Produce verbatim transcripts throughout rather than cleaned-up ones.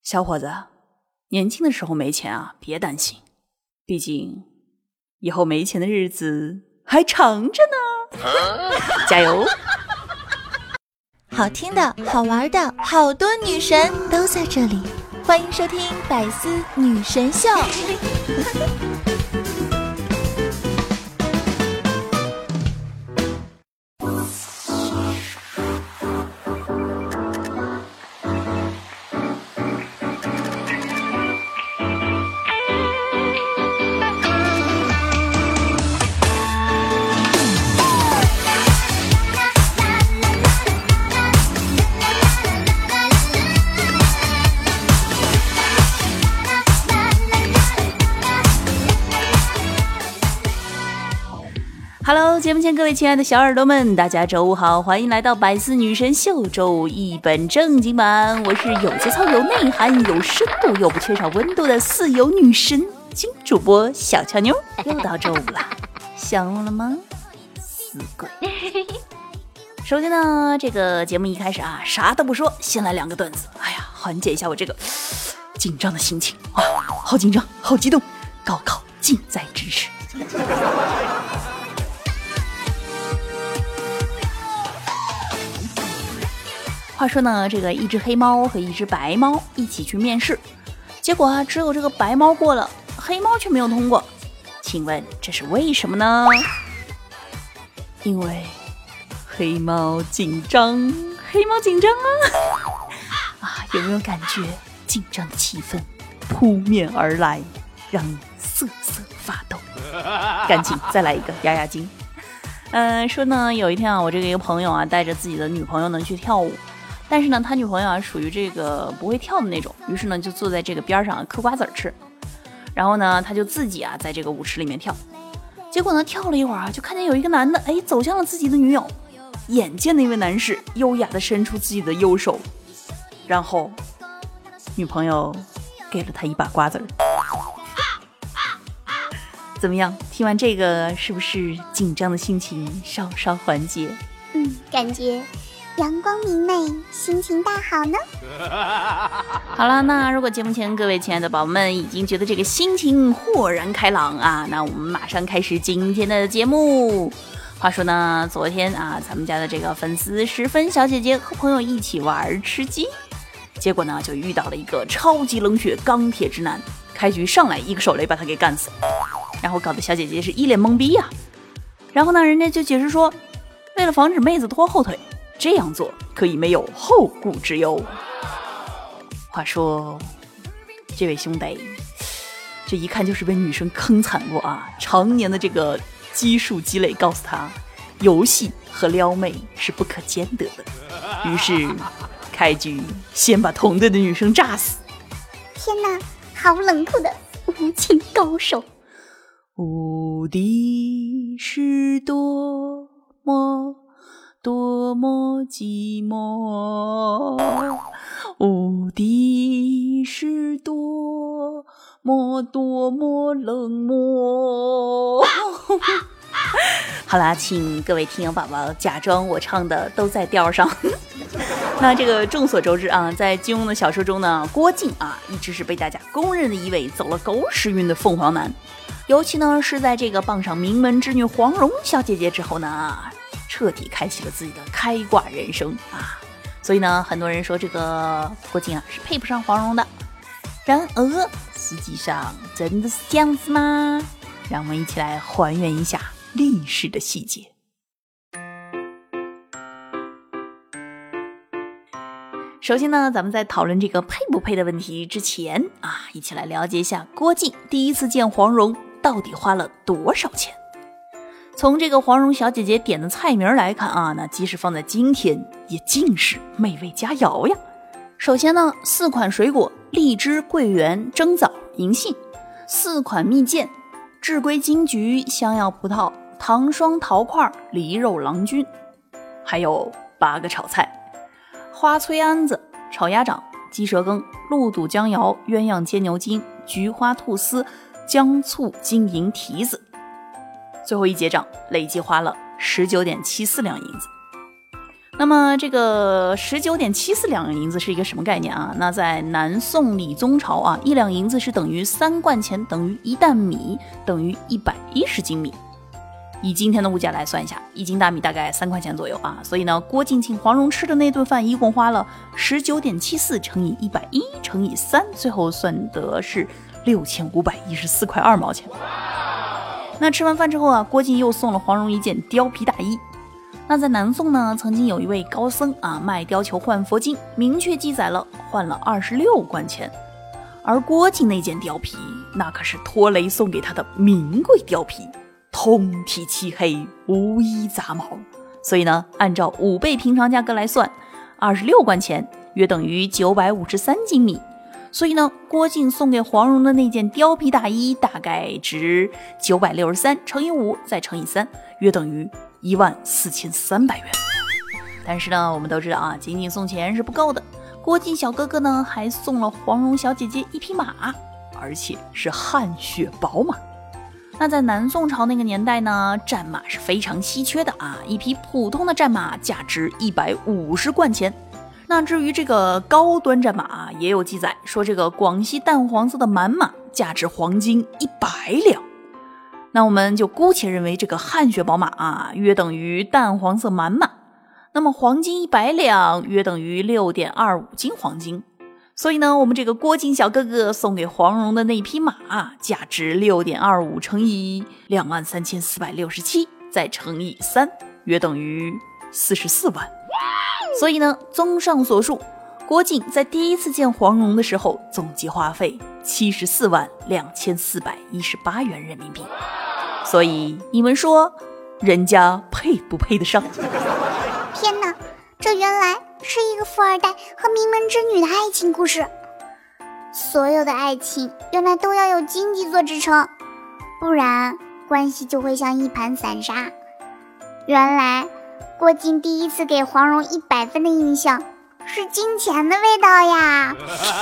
小伙子，年轻的时候没钱啊，别担心，毕竟以后没钱的日子还长着呢。加油！ 好听的、好玩的，好多女神都在这里，欢迎收听百思女神秀。 Hello， 节目前各位亲爱的小耳朵们，大家周五好，欢迎来到百思女神秀周五一本正经版，我是有节操、有内涵、有深度又不缺少温度的四有女神金主播小乔妞。又到周五了，想我了吗？死鬼！首先呢，这个节目一开始啊，啥都不说，先来两个段子，哎呀，缓解一下我这个紧张的心情啊，好紧张，好激动，高考近在咫尺。话说呢，这个一只黑猫和一只白猫一起去面试，结果啊，只有这个白猫过了，黑猫却没有通过。请问这是为什么呢？因为黑猫紧张，黑猫紧张啊！啊，有没有感觉紧张的气氛扑面而来，让你瑟瑟发抖？赶紧再来一个压压惊。嗯、呃，说呢，有一天啊，我这个一个朋友啊，带着自己的女朋友呢去跳舞。但是呢，他女朋友啊属于这个不会跳的那种，于是呢就坐在这个边上嗑瓜子吃，然后呢他就自己啊在这个舞池里面跳，结果呢跳了一会儿啊，就看见有一个男的哎走向了自己的女友，眼见那位男士优雅的伸出自己的右手，然后女朋友给了他一把瓜子儿。怎么样？听完这个是不是紧张的心情稍稍缓解？ 嗯，感觉阳光明媚，心情大好呢。 好了，那如果节目前各位亲爱的宝宝们已经觉得这个心情豁然开朗啊，那我们马上开始今天的节目。话说呢，昨天啊，咱们家的这个粉丝十分小姐姐和朋友一起玩吃鸡，结果呢就遇到了一个超级冷血钢铁直男，开局上来一个手雷把他给干死，然后搞得小姐姐是一脸懵逼呀、啊。然后呢，人家就解释说，为了防止妹子拖后腿，这样做可以没有后顾之忧。话说这位兄弟这一看就是被女生坑惨过啊，常年的这个基数积累告诉他，游戏和撩妹是不可兼得的，于是开局先把同队的女生炸死。 天哪，好冷酷的无情高手。 无敌是多么多么寂寞，无敌是多么多么冷漠。好啦，请各位听友宝宝假装我唱的都在调上。那这个众所周知啊，在金庸的小说中呢，郭靖啊一直是被大家公认的一位走了狗屎运的凤凰男，尤其呢是在这个傍上名门之女黄蓉小姐姐之后呢，彻底开启了自己的开挂人生啊！所以呢，很多人说这个郭靖啊是配不上黄蓉的。然而，实际上真的是这样子吗？让我们一起来还原一下历史的细节。首先呢，咱们在讨论这个配不配的问题之前啊，一起来了解一下郭靖第一次见黄蓉到底花了多少钱。从这个黄蓉小姐姐点的菜名来看啊，那即使放在今天也尽是美味佳肴呀。首先呢，四款水果：荔枝、桂圆、蒸枣、银杏；四款蜜饯：雉龟、金桔、香药葡萄、糖霜、桃块、梨肉、郎君。还有八个炒菜：花炊安子、炒鸭掌、鸡舌羹、鹿肚姜肴、鸳鸯煎牛筋、菊花兔丝、姜醋金银蹄子。最后一结账，累计花了十九点七四两银子。 那么这个十九点七四两银子是一个什么概念啊？那在南宋理宗朝啊，一两银子是等于三贯钱，等于一担米，等于一百一十斤米。以今天的物价来算一下，一斤大米大概三块钱左右啊。所以呢，郭靖请黄蓉吃的那顿饭一共花了十九点七四乘以一百一乘以三，最后算得是六千五百一十四块二毛钱。那吃完饭之后啊，郭靖又送了黄蓉一件貂皮大衣。那在南宋呢，曾经有一位高僧啊，卖貂裘换佛经，明确记载了换了二十六贯钱。而郭靖那件貂皮，那可是托雷送给他的名贵貂皮，通体漆黑，无一杂毛。所以呢，按照五倍平常价格来算，二十六贯钱约等于九百五十三斤米。所以呢，郭靖送给黄蓉的那件貂皮大衣大概值九百六十三乘以五再乘以三，约等于一万四千三百元。但是呢，我们都知道啊，仅仅送钱是不够的。郭靖小哥哥呢，还送了黄蓉小姐姐一匹马，而且是汗血宝马。那在南宋朝那个年代呢，战马是非常稀缺的啊，一匹普通的战马价值一百五十贯钱。那至于这个高端战马，也有记载说，这个广西淡黄色的满马价值黄金一百两。那我们就姑且认为这个汗血宝马啊，约等于淡黄色满马。那么黄金一百两约等于六点二五斤黄金。所以呢，我们这个郭靖小哥哥送给黄蓉的那匹马，价值六点二五乘以两万三千四百六十七，再乘以三，约等于四十四万。所以呢，综上所述，郭靖在第一次见黄蓉的时候，总计花费七十四万两千四百一十八元人民币。所以你们说，人家配不配得上？ 天哪，这原来是一个富二代和名门之女的爱情故事。所有的爱情原来都要有经济做支撑，不然关系就会像一盘散沙。原来郭靖第一次给黄蓉一百分的印象是金钱的味道呀！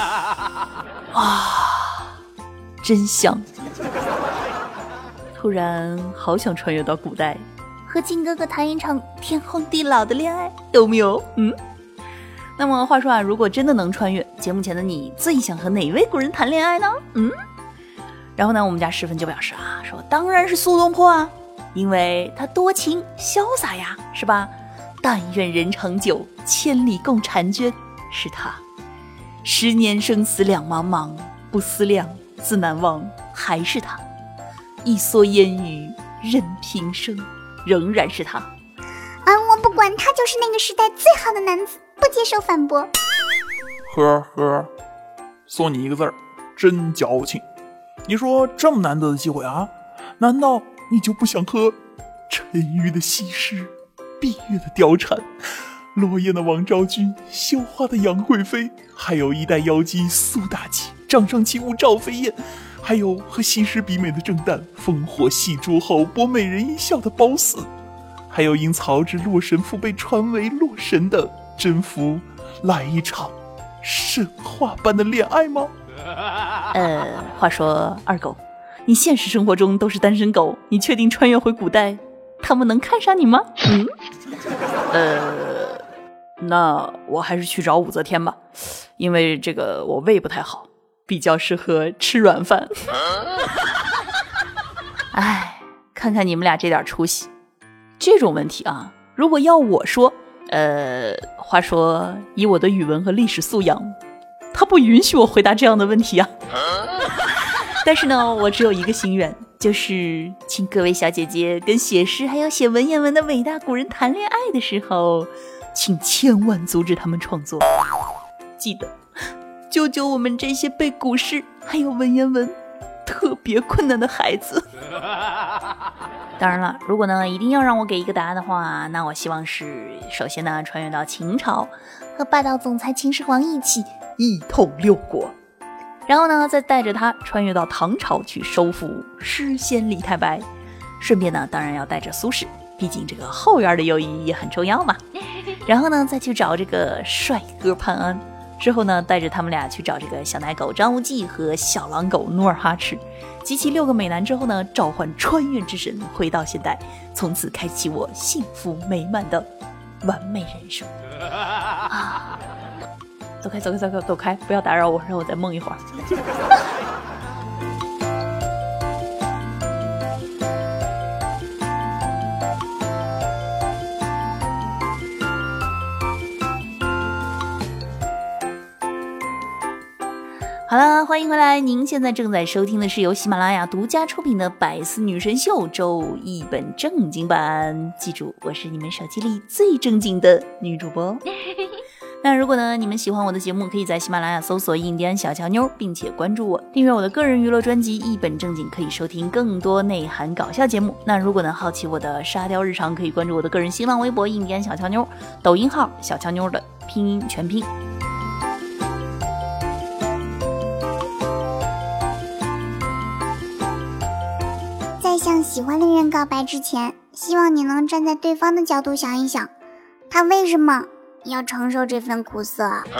啊，真香！突然好想穿越到古代，和靖哥哥谈一场天荒地老的恋爱，有没有？嗯。那么话说啊，如果真的能穿越，节目前的你最想和哪位古人谈恋爱呢？嗯。然后呢，我们家世芬就表示啊，说当然是苏东坡啊，因为他多情潇洒呀，是吧？但愿人长久，千里共婵娟，是他。十年生死两茫茫，不思量，自难忘，还是他。一蓑烟雨任平生，仍然是他。 啊，我不管，他就是那个时代最好的男子，不接受反驳。 呵呵，送你一个字儿，真矫情。你说这么难得的机会啊，难道你就不想和沉鱼的西施，闭月的貂蝉，落雁的王昭君，绣花的杨贵妃，还有一代妖姬苏妲己，掌上起舞赵飞燕，还有和西施比美的郑旦，烽火戏诸侯，博美人一笑的褒姒，还有因曹植洛神赋被传为洛神的甄宓，来一场神话般的恋爱吗？ 呃，话说二狗，你现实生活中都是单身狗，你确定穿越回古代，他们能看上你吗？嗯，呃，那我还是去找武则天吧，因为这个我胃不太好，比较适合吃软饭。哎，看看你们俩这点出息，这种问题啊，如果要我说，呃，话说以我的语文和历史素养，他不允许我回答这样的问题啊。但是呢，我只有一个心愿，就是请各位小姐姐跟写诗还有写文言文的伟大古人谈恋爱的时候，请千万阻止他们创作，记得救救我们这些背古诗还有文言文特别困难的孩子。当然了，如果呢一定要让我给一个答案的话，那我希望是首先呢穿越到秦朝，和霸道总裁秦始皇一起一统六国，然后呢再带着他穿越到唐朝去收复诗仙李太白，顺便呢当然要带着苏轼，毕竟这个后院的友谊也很重要嘛。然后呢再去找这个帅哥潘安，之后呢带着他们俩去找这个小奶狗张无忌和小狼狗努尔哈赤，集齐六个美男之后呢，召唤穿越之神回到现代，从此开启我幸福美满的完美人生啊！走开，走开，走开，走开！不要打扰我，让我再梦一会儿。好了，欢迎回来！您现在正在收听的是由喜马拉雅独家出品的《百思女神秀》周一本正经版。记住，我是你们手机里最正经的女主播。那如果呢，你们喜欢我的节目，可以在喜马拉雅搜索印第安小乔妞，并且关注我，订阅我的个人娱乐专辑《一本正经》，可以收听更多内涵搞笑节目。那如果呢，好奇我的沙雕日常，可以关注我的个人新浪微博印第安小乔妞，抖音号小乔妞的拼音全拼。 在向喜欢的人告白之前，希望你能站在对方的角度想一想，他为什么要承受这份苦涩啊？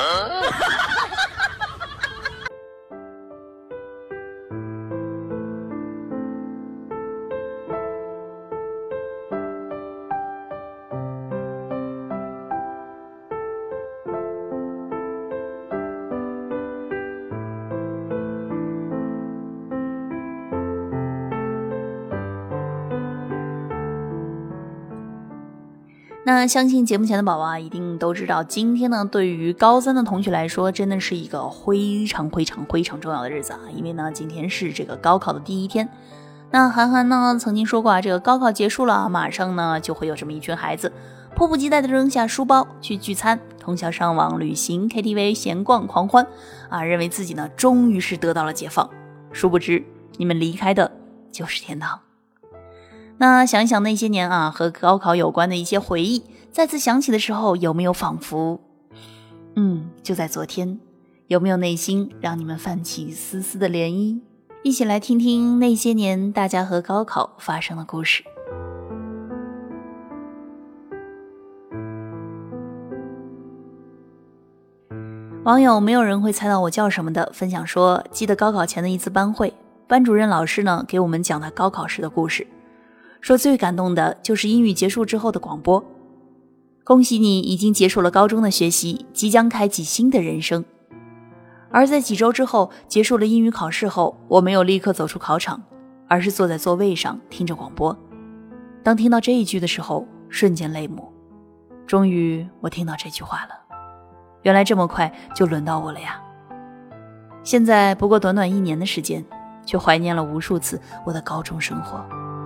那相信节目前的宝宝啊，一定都知道，今天呢，对于高三的同学来说，真的是一个非常非常非常重要的日子啊！因为呢，今天是这个高考的第一天。那韩寒呢曾经说过啊，这个高考结束了，马上呢就会有这么一群孩子，迫不及待的扔下书包去聚餐、通宵上网、旅行、K T V、闲逛、狂欢啊，认为自己呢终于是得到了解放。殊不知，你们离开的就是天堂。那想一想那些年啊，和高考有关的一些回忆，再次想起的时候，有没有仿佛，嗯，就在昨天？有没有内心让你们泛起丝丝的涟漪？一起来听听那些年大家和高考发生的故事。网友没有人会猜到我叫什么的分享说，记得高考前的一次班会，班主任老师呢给我们讲他高考时的故事。说最感动的就是英语结束之后的广播，恭喜你已经结束了高中的学习，即将开启新的人生。而在几周之后结束了英语考试后，我没有立刻走出考场，而是坐在座位上听着广播。当听到这一句的时候，瞬间泪目。终于我听到这句话了，原来这么快就轮到我了呀。现在不过短短一年的时间，却怀念了无数次我的高中生活。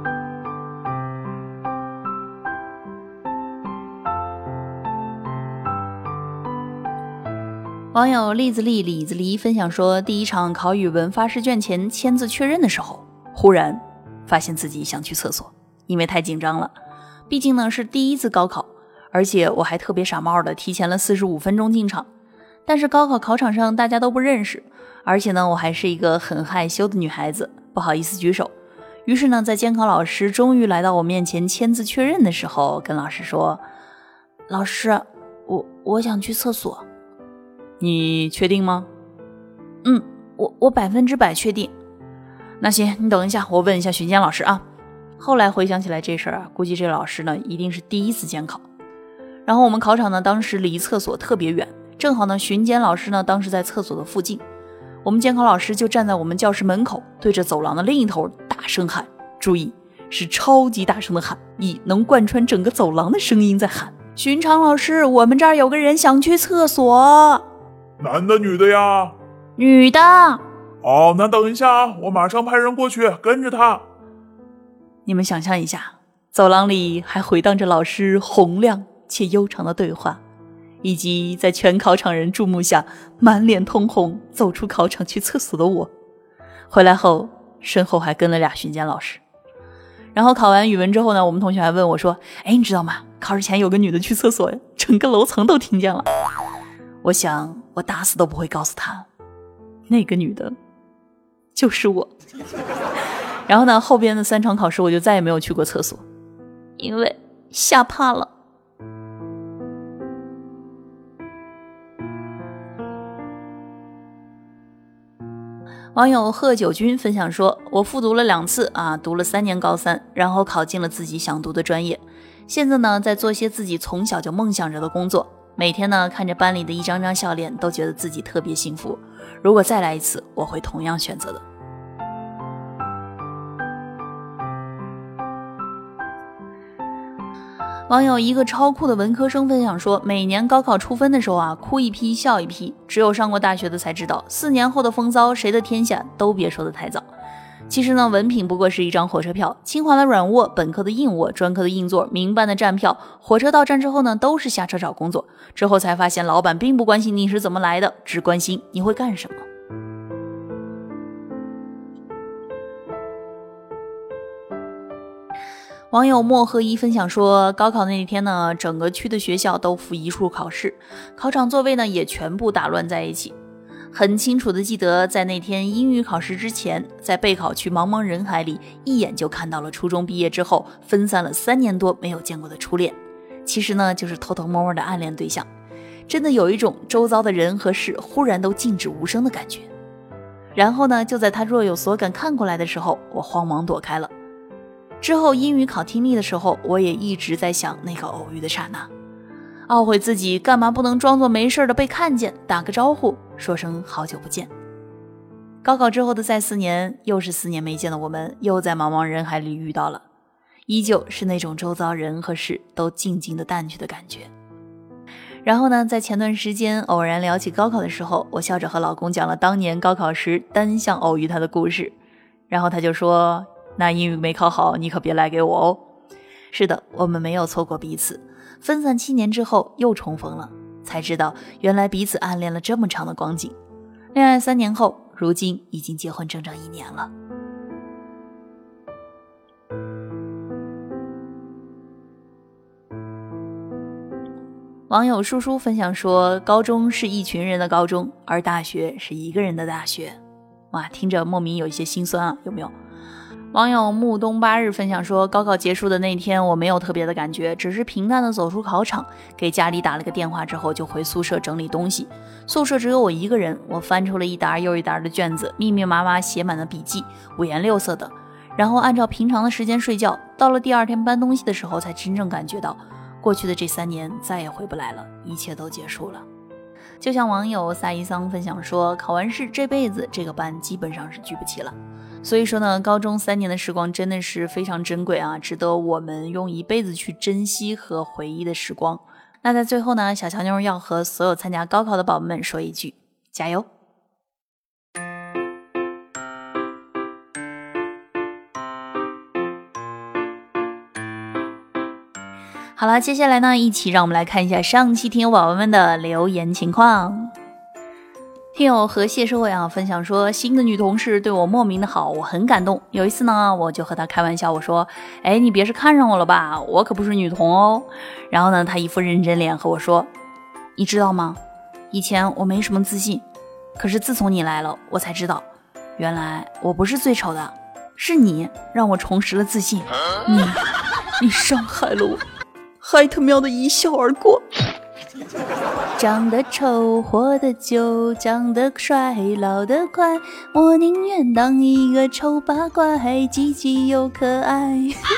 网友栗子栗李子梨分享说，第一场考语文发试卷前签字确认的时候，忽然发现自己想去厕所，因为太紧张了。毕竟呢是第一次高考，而且我还特别傻帽的提前了四十五分钟进场。但是高考考场上大家都不认识，而且呢我还是一个很害羞的女孩子，不好意思举手。于是呢在监考老师终于来到我面前签字确认的时候，跟老师说，老师，我我想去厕所。你确定吗？嗯，我我百分之百确定。那行，你等一下，我问一下巡监老师啊。后来回想起来这事儿啊，估计这老师呢一定是第一次监考。然后我们考场呢当时离厕所特别远，正好呢巡监老师呢当时在厕所的附近，我们监考老师就站在我们教室门口，对着走廊的另一头大声喊，注意是超级大声的喊，以能贯穿整个走廊的声音在喊，巡场老师，我们这儿有个人想去厕所。 男的女的呀？ 女的。 哦，那等一下啊，我马上派人过去，跟着他。 你们想象一下，走廊里还回荡着老师洪亮且悠长的对话，以及在全考场人注目下满脸通红走出考场去厕所的我。回来后身后还跟了俩巡监老师。然后考完语文之后呢，我们同学还问我说，哎，你知道吗，考试前有个女的去厕所，整个楼层都听见了。我想我打死都不会告诉他，那个女的就是我。然后呢后边的三场考试我就再也没有去过厕所，因为吓怕了。网友贺九军分享说，我复读了两次啊，读了三年高三，然后考进了自己想读的专业。 现在呢，在做些自己从小就梦想着的工作，每天呢看着班里的一张张笑脸，都觉得自己特别幸福。如果再来一次，我会同样选择的。网友一个超酷的文科生分享说，每年高考出分的时候啊，哭一批笑一批，只有上过大学的才知道，四年后的风骚，谁的天下都别说得太早。其实呢，文凭不过是一张火车票，清华的软卧，本科的硬卧，专科的硬座，民办的站票，火车到站之后呢，都是下车找工作。之后才发现，老板并不关心你是怎么来的，只关心你会干什么。网友莫和一分享说，高考那天呢，整个区的学校都赴一处考试，考场座位呢也全部打乱在一起。很清楚的记得，在那天英语考试之前，在备考区茫茫人海里，一眼就看到了初中毕业之后分散了三年多没有见过的初恋，其实呢就是偷偷摸摸的暗恋对象。真的有一种周遭的人和事忽然都静止无声的感觉。然后呢，就在他若有所感看过来的时候，我慌忙躲开了。之后英语考听力的时候，我也一直在想那个偶遇的刹那，懊悔自己干嘛不能装作没事的被看见，打个招呼，说声好久不见。高考之后的再四年，又是四年没见的我们，又在茫茫人海里遇到了，依旧是那种周遭人和事都静静的淡去的感觉。然后呢，在前段时间偶然聊起高考的时候，我笑着和老公讲了当年高考时单向偶遇他的故事，然后他就说，那英语没考好，你可别来给我哦。是的，我们没有错过彼此，分散七年之后又重逢了，才知道原来彼此暗恋了这么长的光景。恋爱三年后，如今已经结婚整整一年了。网友叔叔分享说，高中是一群人的高中，而大学是一个人的大学。哇，听着莫名有一些心酸啊，有没有？网友木东八日分享说，高考结束的那天我没有特别的感觉，只是平淡的走出考场，给家里打了个电话之后就回宿舍整理东西。宿舍只有我一个人，我翻出了一沓又一沓的卷子，密密麻麻写满了笔记，五颜六色的，然后按照平常的时间睡觉。到了第二天搬东西的时候，才真正感觉到过去的这三年再也回不来了，一切都结束了。就像网友萨伊桑分享说，考完试这辈子这个班基本上是聚不齐了。所以说呢，高中三年的时光真的是非常珍贵啊，值得我们用一辈子去珍惜和回忆的时光。那在最后呢，小乔妞要和所有参加高考的宝宝们说一句，加油！好了，接下来呢，一起让我们来看一下上期听友宝宝们的留言情况。听友和谢社会啊分享说，新的女同事对我莫名的好，我很感动。有一次呢，我就和她开玩笑，我说，哎，你别是看上我了吧，我可不是女同哦。然后呢，她一副认真脸和我说，你知道吗，以前我没什么自信，可是自从你来了，我才知道原来我不是最丑的，是你让我重拾了自信。你你伤害了我，还他喵的一笑而过。长得丑活得久，长得帅老得快，我宁愿当一个丑八怪，积极又可爱。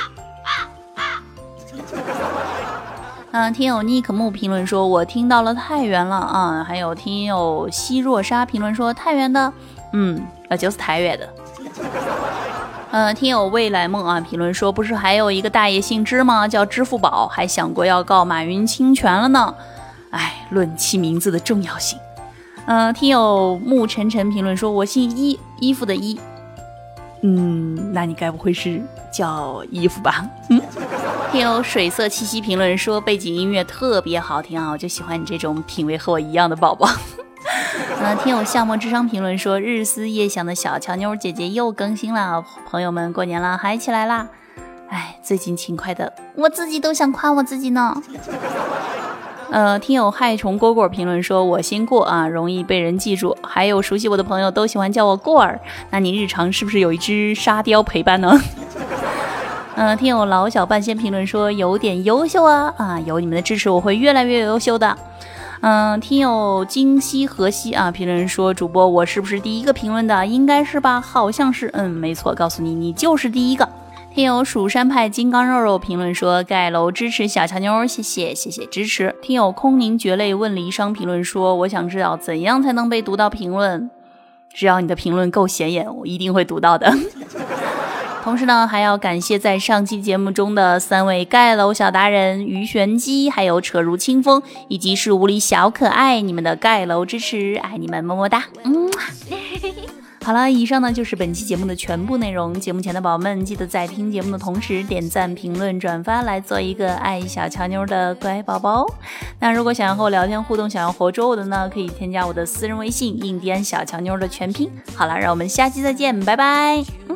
啊，听友尼克木评论说，我听到了太原了啊。还有听友西若沙评论说，太原的，嗯，那就是太原的。呃，听友未来梦啊评论说，不是还有一个大爷姓支吗？叫支付宝，还想过要告马云侵权了呢。哎，论起名字的重要性。呃，听友沐晨晨评论说，我姓衣，衣服的衣。嗯，那你该不会是叫衣服吧？嗯。听友水色气息评论说，背景音乐特别好听啊，我就喜欢你这种品味和我一样的宝宝。呃，听友夏末智商评论说，日思夜想的小乔妞姐姐又更新了，朋友们过年了，嗨起来啦！哎，最近勤快的，我自己都想夸我自己呢。呃，听友害虫蝈蝈评论说，我姓过啊，容易被人记住，还有熟悉我的朋友都喜欢叫我过儿。那你日常是不是有一只沙雕陪伴呢？呃，听友老小半仙评论说，有点优秀啊啊，有你们的支持，我会越来越优秀的。嗯、呃，听友今夕何夕啊评论说，主播我是不是第一个评论的？应该是吧，好像是，嗯，没错，告诉你，你就是第一个。听听友蜀山派金刚肉肉评论说盖楼支持小乔妞，谢谢谢谢支持。听友空凝绝泪问离殇评论说我想知道怎样才能被读到评论，只要你的评论够显眼，我一定会读到的。同时呢，还要感谢在上期节目中的三位盖楼小达人于玄机，还有扯如清风，以及是无理小可爱，你们的盖楼支持，爱你们，么么哒。嗯。好了，以上呢就是本期节目的全部内容。节目前的宝宝们，记得在听节目的同时点赞、评论、转发，来做一个爱小乔妞的乖宝宝。那如果想要和我聊天互动，想要活捉我的呢，可以添加我的私人微信印第安小乔妞的全拼。好了，让我们下期再见，拜拜。嗯